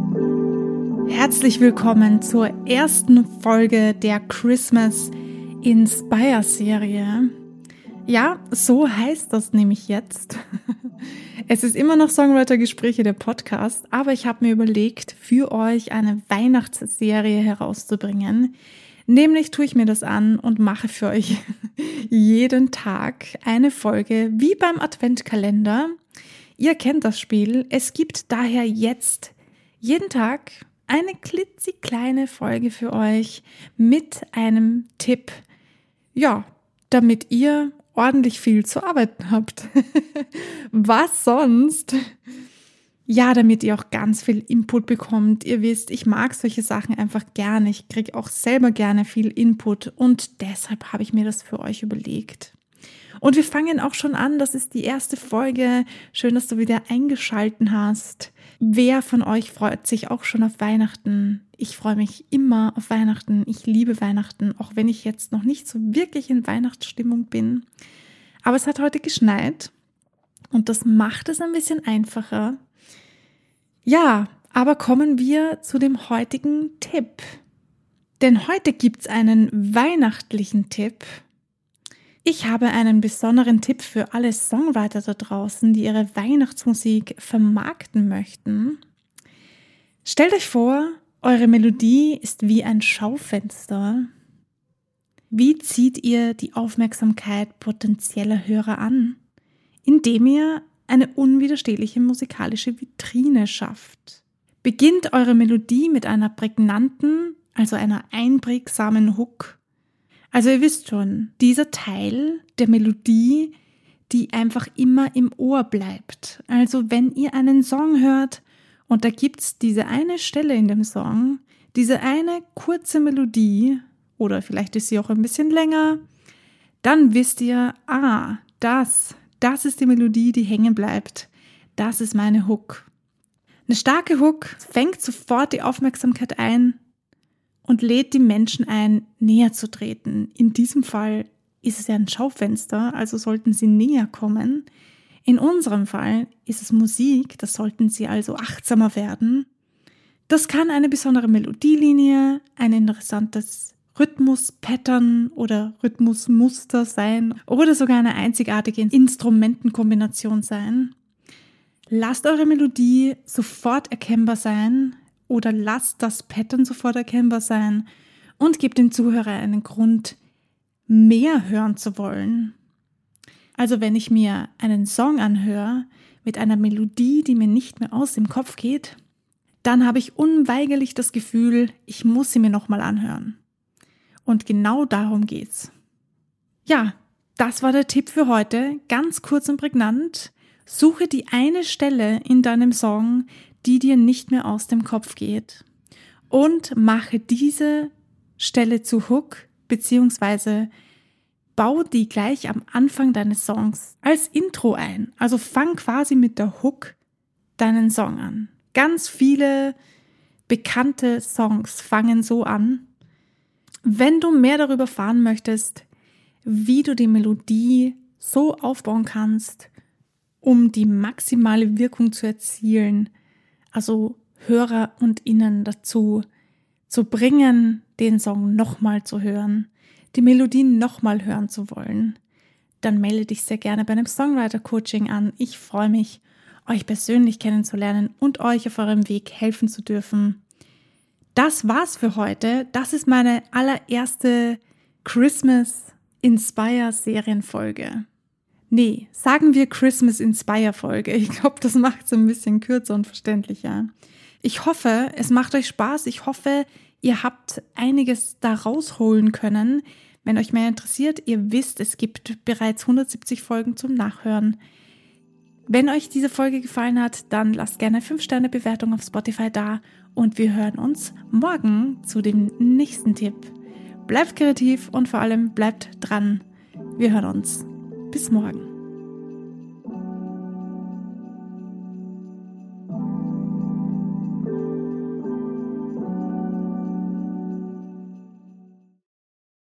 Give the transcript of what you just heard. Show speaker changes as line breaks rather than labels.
Herzlich willkommen zur ersten Folge der Christmas Inspire Serie. Ja, so heißt das nämlich jetzt. Es ist immer noch Songwriter-Gespräche, der Podcast, aber ich habe mir überlegt, für euch eine Weihnachtsserie herauszubringen. Nämlich tue ich mir das an und mache für euch jeden Tag eine Folge, wie beim Adventkalender. Ihr kennt das Spiel. Es gibt daher jetzt jeden Tag eine klitzekleine Folge für euch mit einem Tipp. Ja, damit ihr ordentlich viel zu arbeiten habt. Was sonst? Ja, damit ihr auch ganz viel Input bekommt. Ihr wisst, ich mag solche Sachen einfach gerne. Ich kriege auch selber gerne viel Input und deshalb habe ich mir das für euch überlegt. Und wir fangen auch schon an. Das ist die erste Folge. Schön, dass du wieder eingeschalten hast. Wer von euch freut sich auch schon auf Weihnachten? Ich freue mich immer auf Weihnachten. Ich liebe Weihnachten, auch wenn ich jetzt noch nicht so wirklich in Weihnachtsstimmung bin. Aber es hat heute geschneit und das macht es ein bisschen einfacher. Ja, aber kommen wir zu dem heutigen Tipp. Denn heute gibt's einen weihnachtlichen Tipp. Ich habe einen besonderen Tipp für alle Songwriter da draußen, die ihre Weihnachtsmusik vermarkten möchten. Stellt euch vor, eure Melodie ist wie ein Schaufenster. Wie zieht ihr die Aufmerksamkeit potenzieller Hörer an? Indem ihr eine unwiderstehliche musikalische Vitrine schafft. Beginnt eure Melodie mit einer prägnanten, also einer einprägsamen Hook. Also ihr wisst schon, dieser Teil der Melodie, die einfach immer im Ohr bleibt. Also wenn ihr einen Song hört und da gibt's diese eine Stelle in dem Song, diese eine kurze Melodie, oder vielleicht ist sie auch ein bisschen länger, dann wisst ihr, das ist die Melodie, die hängen bleibt. Das ist meine Hook. Eine starke Hook fängt sofort die Aufmerksamkeit ein und lädt die Menschen ein, näher zu treten. In diesem Fall ist es ja ein Schaufenster, also sollten sie näher kommen. In unserem Fall ist es Musik, da sollten sie also achtsamer werden. Das kann eine besondere Melodielinie, ein interessantes Rhythmus-Pattern oder Rhythmusmuster sein oder sogar eine einzigartige Instrumentenkombination sein. Lasst eure Melodie sofort erkennbar sein oder lasst das Pattern sofort erkennbar sein und gebt dem Zuhörer einen Grund, mehr hören zu wollen. Also wenn ich mir einen Song anhöre mit einer Melodie, die mir nicht mehr aus dem Kopf geht, dann habe ich unweigerlich das Gefühl, ich muss sie mir nochmal anhören. Und genau darum geht's. Ja, das war der Tipp für heute. Ganz kurz und prägnant. Suche die eine Stelle in deinem Song, die dir nicht mehr aus dem Kopf geht. Und mache diese Stelle zu Hook, beziehungsweise bau die gleich am Anfang deines Songs als Intro ein. Also fang quasi mit der Hook deinen Song an. Ganz viele bekannte Songs fangen so an. Wenn du mehr darüber erfahren möchtest, wie du die Melodie so aufbauen kannst, um die maximale Wirkung zu erzielen, also Hörer und Innen dazu zu bringen, den Song nochmal zu hören, die Melodie nochmal hören zu wollen, dann melde dich sehr gerne bei einem Songwriter-Coaching an. Ich freue mich, euch persönlich kennenzulernen und euch auf eurem Weg helfen zu dürfen. Das war's für heute. Das ist meine allererste Christmas Inspire Serienfolge. Nee, sagen wir Christmas Inspire Folge. Ich glaube, das macht es ein bisschen kürzer und verständlicher. Ich hoffe, es macht euch Spaß. Ich hoffe, ihr habt einiges da rausholen können. Wenn euch mehr interessiert, ihr wisst, es gibt bereits 170 Folgen zum Nachhören. Wenn euch diese Folge gefallen hat, dann lasst gerne 5-Sterne-Bewertung auf Spotify da und wir hören uns morgen zu dem nächsten Tipp. Bleibt kreativ und vor allem bleibt dran. Wir hören uns. Bis morgen.